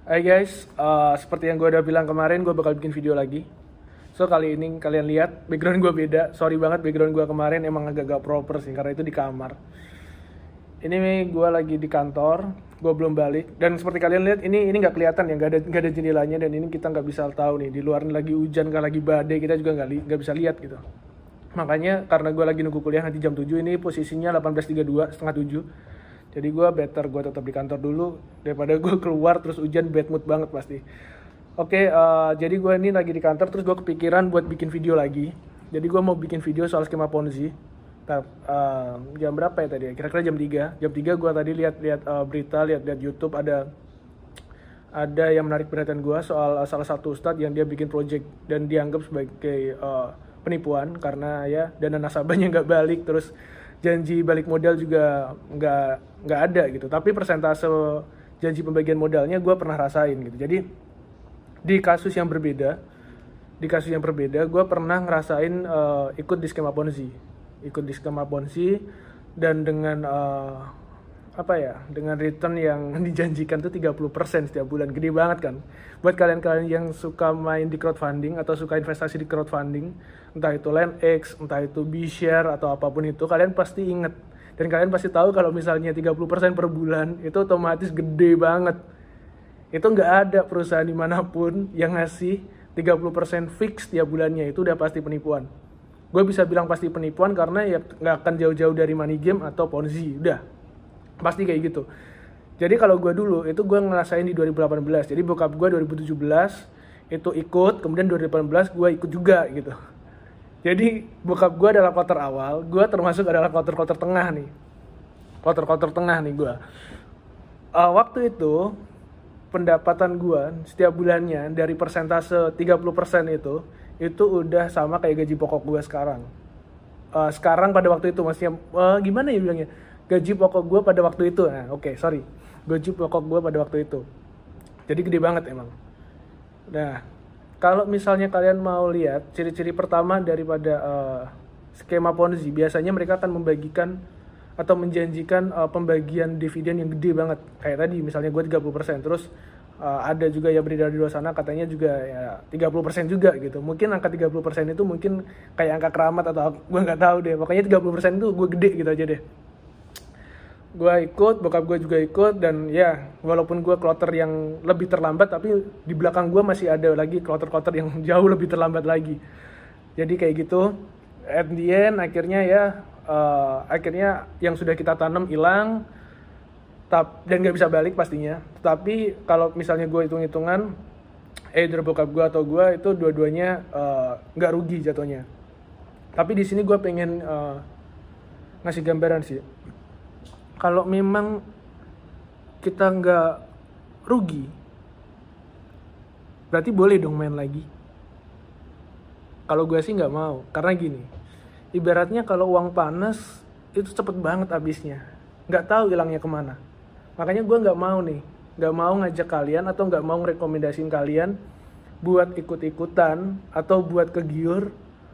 Hai guys, seperti yang gue udah bilang kemarin, gue bakal bikin video lagi. So kali ini kalian lihat background gue beda. Sorry banget, background gue kemarin emang agak-agak proper sih, karena itu di kamar. Ini gue lagi di kantor, gue belum balik. Dan seperti kalian lihat, ini nggak kelihatan ya, nggak ada jendelanya, dan ini kita nggak bisa tahu nih di luar lagi hujan, kalau lagi badai kita juga nggak bisa lihat gitu. Makanya karena gue lagi nunggu kuliah nanti jam 7, ini posisinya 18.32, setengah 7. Jadi gue tetap di kantor dulu daripada gue keluar terus hujan, bad mood banget pasti. Oke, jadi gue ini lagi di kantor terus gue kepikiran buat bikin video lagi. Jadi gue mau bikin video soal skema Ponzi. Jam berapa ya tadi? Kira-kira jam 3. Jam 3 gue tadi lihat berita, lihat YouTube ada yang menarik perhatian gue soal salah satu ustadz yang dia bikin project dan dianggap sebagai penipuan karena ya dana nasabahnya nggak balik, terus janji balik modal juga nggak ada gitu. Tapi persentase janji pembagian modalnya gue pernah rasain gitu. Jadi di kasus yang berbeda gue pernah ngerasain ikut di skema Ponzi dan dengan dengan return yang dijanjikan tuh 30% setiap bulan. Gede banget kan. Buat kalian-kalian yang suka main di crowdfunding atau suka investasi di crowdfunding, entah itu LendX, entah itu B-Share atau apapun itu, kalian pasti inget. Dan kalian pasti tahu kalau misalnya 30% per bulan, itu otomatis gede banget. Itu nggak ada perusahaan dimanapun yang ngasih 30% fix tiap bulannya, itu udah pasti penipuan. Gue bisa bilang pasti penipuan karena ya nggak akan jauh-jauh dari money game atau Ponzi, udah. Pasti kayak gitu. Jadi kalau gue dulu itu gue ngerasain di 2018. Jadi bokap gue 2017 itu ikut, kemudian 2018 gue ikut juga gitu. Jadi bokap gue adalah kloter awal, gue termasuk adalah kloter tengah nih. Kloter tengah nih gue. Waktu itu pendapatan gue setiap bulannya dari persentase 30% itu udah sama kayak gaji pokok gue sekarang. Sekarang pada waktu itu maksudnya gimana ya bilangnya? Gaji pokok gue pada waktu itu, gaji pokok gue pada waktu itu. Jadi gede banget emang. Nah, kalau misalnya kalian mau lihat ciri-ciri pertama daripada skema Ponzi, biasanya mereka akan membagikan atau menjanjikan pembagian dividen yang gede banget. Kayak tadi misalnya gue 30%, terus ada juga ya beredar di luar sana katanya juga ya 30% juga gitu. Mungkin angka 30% itu mungkin kayak angka keramat atau gue nggak tahu deh. Pokoknya 30% itu gue gede gitu aja deh. Gue ikut, bokap gue juga ikut, dan ya walaupun gue kloter yang lebih terlambat, tapi di belakang gue masih ada lagi kloter-kloter yang jauh lebih terlambat lagi. Jadi kayak gitu, at the end akhirnya yang sudah kita tanam hilang dan gak bisa balik pastinya. Tapi kalau misalnya gue hitung-hitungan either bokap gue atau gue itu dua-duanya gak rugi jatuhnya. Tapi di sini gue pengen ngasih gambaran sih. Kalau memang kita nggak rugi, berarti boleh dong main lagi. Kalau gue sih nggak mau, karena gini, ibaratnya kalau uang panas itu cepet banget habisnya, nggak tahu hilangnya kemana. Makanya gue nggak mau ngajak kalian atau nggak mau ngerekomendasiin kalian buat ikut-ikutan atau buat kegiur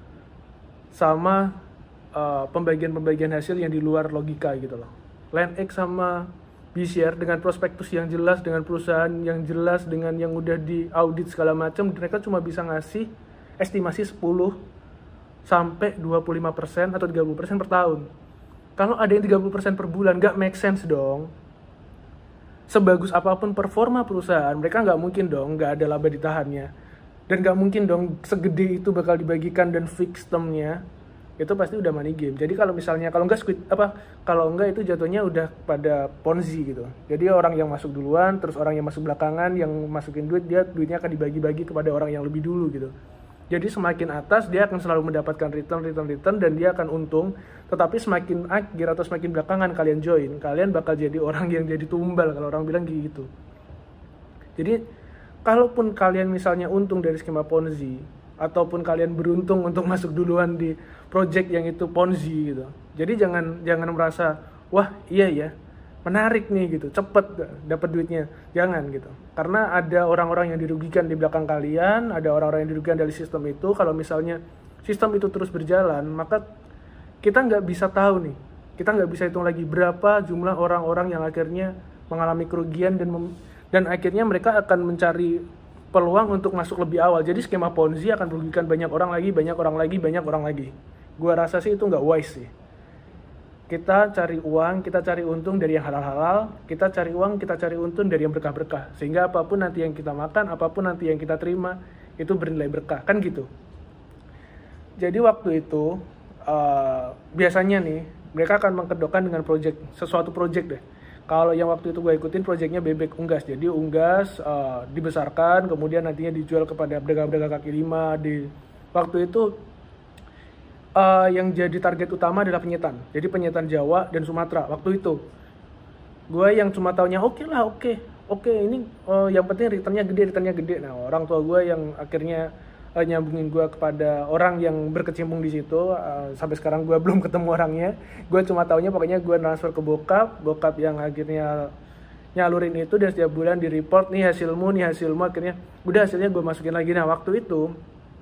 sama pembagian hasil yang di luar logika gitu loh. LendX sama B-Share dengan prospektus yang jelas, dengan perusahaan yang jelas, dengan yang udah diaudit segala macam, mereka cuma bisa ngasih estimasi 10 sampai 25% atau 30% per tahun. Kalau ada yang 30% per bulan, nggak make sense dong. Sebagus apapun performa perusahaan, mereka nggak mungkin dong nggak ada laba ditahannya. Dan nggak mungkin dong segede itu bakal dibagikan dan fixed term-nya. Itu pasti udah money game. Jadi kalau enggak itu jatuhnya udah pada Ponzi gitu. Jadi orang yang masuk duluan, terus orang yang masuk belakangan, yang masukin duitnya akan dibagi-bagi kepada orang yang lebih dulu gitu. Jadi semakin atas dia akan selalu mendapatkan return dan dia akan untung. Tetapi semakin akhir atau semakin belakangan kalian join, kalian bakal jadi orang yang jadi tumbal, kalau orang bilang gitu. Jadi kalaupun kalian misalnya untung dari skema Ponzi, ataupun kalian beruntung untuk masuk duluan di project yang itu Ponzi gitu. Jadi jangan merasa wah iya ya menarik nih gitu, cepet dapat duitnya. Jangan gitu. Karena ada orang-orang yang dirugikan di belakang kalian, ada orang-orang yang dirugikan dari sistem itu. Kalau misalnya sistem itu terus berjalan, maka kita nggak bisa tahu nih. Kita nggak bisa hitung lagi berapa jumlah orang-orang yang akhirnya mengalami kerugian dan akhirnya mereka akan mencari peluang untuk masuk lebih awal. Jadi skema Ponzi akan merugikan banyak orang lagi. Gua rasa sih itu nggak wise sih. Kita cari uang, kita cari untung dari yang halal-halal, kita cari uang, kita cari untung dari yang berkah-berkah. Sehingga apapun nanti yang kita makan, apapun nanti yang kita terima, itu bernilai berkah, kan gitu. Jadi waktu itu, biasanya nih, mereka akan mengkedokkan dengan sesuatu project deh. Kalau yang waktu itu gue ikutin proyeknya bebek unggas. Jadi unggas dibesarkan, kemudian nantinya dijual kepada pedagang-pedagang kaki lima. Waktu itu yang jadi target utama adalah penyetan. Jadi penyetan Jawa dan Sumatera. Waktu itu gue yang cuma taunya oke ini yang penting returnnya gede. Nah orang tua gue yang akhirnya nyambungin gue kepada orang yang berkecimpung di situ. Sampai sekarang gue belum ketemu orangnya. Gue cuma taunya pokoknya gue transfer ke bokap yang akhirnya nyalurin itu, dan setiap bulan di report nih hasilmu, akhirnya udah hasilnya gue masukin lagi. Nah waktu itu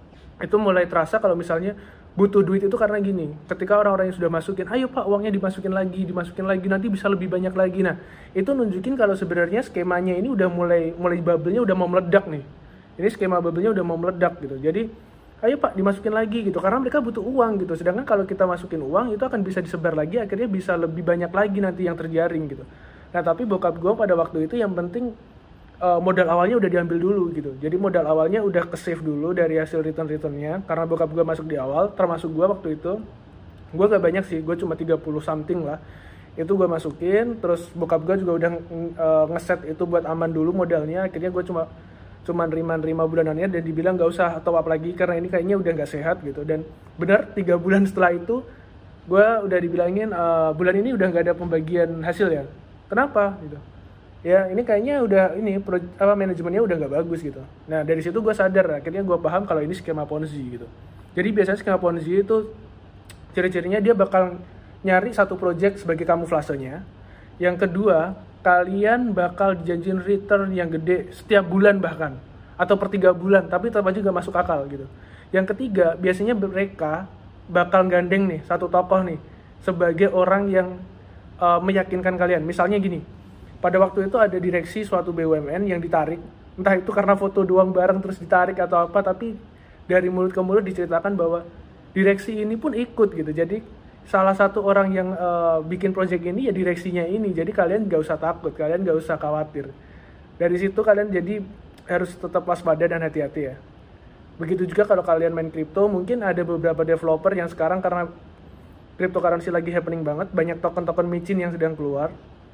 mulai terasa kalau misalnya butuh duit itu karena gini, ketika orang-orang yang sudah masukin, ayo pak uangnya dimasukin lagi, nanti bisa lebih banyak lagi. Nah itu nunjukin kalau sebenarnya skemanya ini udah mulai bubble-nya udah mau meledak nih. Ini skema bubble-nya udah mau meledak gitu. Jadi, ayo pak dimasukin lagi gitu. Karena mereka butuh uang gitu. Sedangkan kalau kita masukin uang, itu akan bisa disebar lagi. Akhirnya bisa lebih banyak lagi nanti yang terjaring gitu. Nah, tapi bokap gue pada waktu itu yang penting modal awalnya udah diambil dulu gitu. Jadi modal awalnya udah ke-save dulu dari hasil return-returnnya. Karena bokap gue masuk di awal, termasuk gue waktu itu. Gue gak banyak sih, gue cuma 30 something lah. Itu gue masukin, terus bokap gue juga udah ngeset itu buat aman dulu modalnya. Akhirnya gue cuma nerima bulanannya, dan dibilang gak usah top up lagi karena ini kayaknya udah gak sehat gitu. Dan benar 3 bulan setelah itu gue udah dibilangin bulan ini udah gak ada pembagian hasil ya. Kenapa gitu? Ya ini kayaknya udah manajemennya udah gak bagus gitu. Nah dari situ gue sadar, akhirnya gue paham kalau ini skema Ponzi gitu. Jadi biasanya skema Ponzi itu ciri-cirinya dia bakal nyari satu project sebagai kamuflasenya. Yang kedua, kalian bakal dijanjin return yang gede setiap bulan bahkan, atau per 3 bulan, tapi tetap aja gak masuk akal gitu. Yang ketiga, biasanya mereka bakal gandeng nih satu tokoh nih sebagai orang yang meyakinkan kalian. Misalnya gini, pada waktu itu ada direksi suatu BUMN yang ditarik, entah itu karena foto doang bareng terus ditarik atau apa, tapi dari mulut ke mulut diceritakan bahwa direksi ini pun ikut gitu. Jadi salah satu orang yang bikin project ini ya direksinya ini. Jadi kalian gak usah takut, kalian gak usah khawatir. Dari situ kalian jadi harus tetap waspada dan hati-hati ya. Begitu juga kalau kalian main kripto, mungkin ada beberapa developer yang sekarang karena cryptocurrency lagi happening banget, banyak token-token micin yang sedang keluar.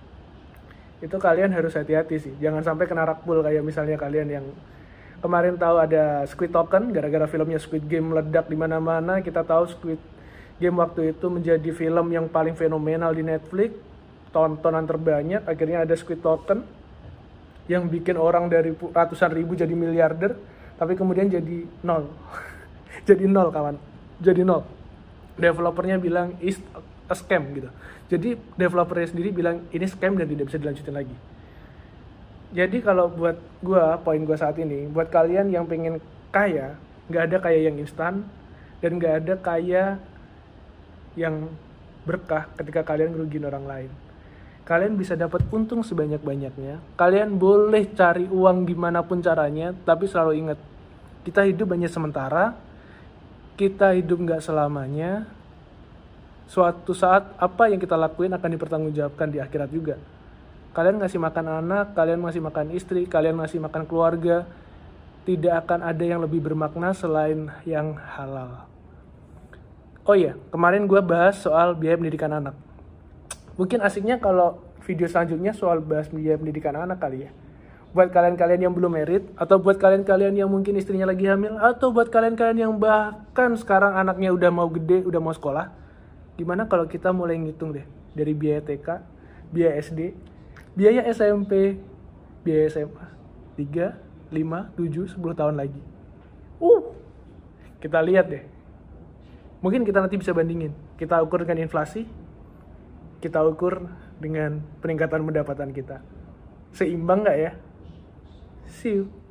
Itu kalian harus hati-hati sih. Jangan sampai kena rakpul kayak misalnya kalian yang kemarin tahu ada Squid Token, gara-gara filmnya Squid Game meledak di mana-mana. Kita tahu Squid Game waktu itu menjadi film yang paling fenomenal di Netflix, tontonan terbanyak. Akhirnya ada Squid Token yang bikin orang dari ratusan ribu jadi miliarder, tapi kemudian jadi nol. Jadi nol kawan, jadi nol. Developernya bilang is a scam gitu. Jadi developernya sendiri bilang ini scam dan tidak bisa dilanjutin lagi. Jadi kalau buat poin gue saat ini, buat kalian yang pengen kaya, nggak ada kaya yang instan dan nggak ada kaya yang berkah ketika kalian ngerugiin orang lain. Kalian bisa dapat untung sebanyak-banyaknya. Kalian boleh cari uang gimana pun caranya, tapi selalu ingat, kita hidup hanya sementara, kita hidup nggak selamanya. Suatu saat apa yang kita lakuin akan dipertanggungjawabkan di akhirat juga. Kalian ngasih makan anak, kalian ngasih makan istri, kalian ngasih makan keluarga, tidak akan ada yang lebih bermakna selain yang halal. Oh iya, kemarin gue bahas soal biaya pendidikan anak. Mungkin asiknya kalau video selanjutnya soal bahas biaya pendidikan anak kali ya. Buat kalian-kalian yang belum married, atau buat kalian-kalian yang mungkin istrinya lagi hamil, atau buat kalian-kalian yang bahkan sekarang anaknya udah mau gede, udah mau sekolah. Gimana kalau kita mulai ngitung deh, dari biaya TK, biaya SD, biaya SMP, biaya SMA, 3, 5, 7, 10 tahun lagi. Kita lihat deh. Mungkin kita nanti bisa bandingin. Kita ukur dengan inflasi, kita ukur dengan peningkatan pendapatan kita. Seimbang nggak ya? See you.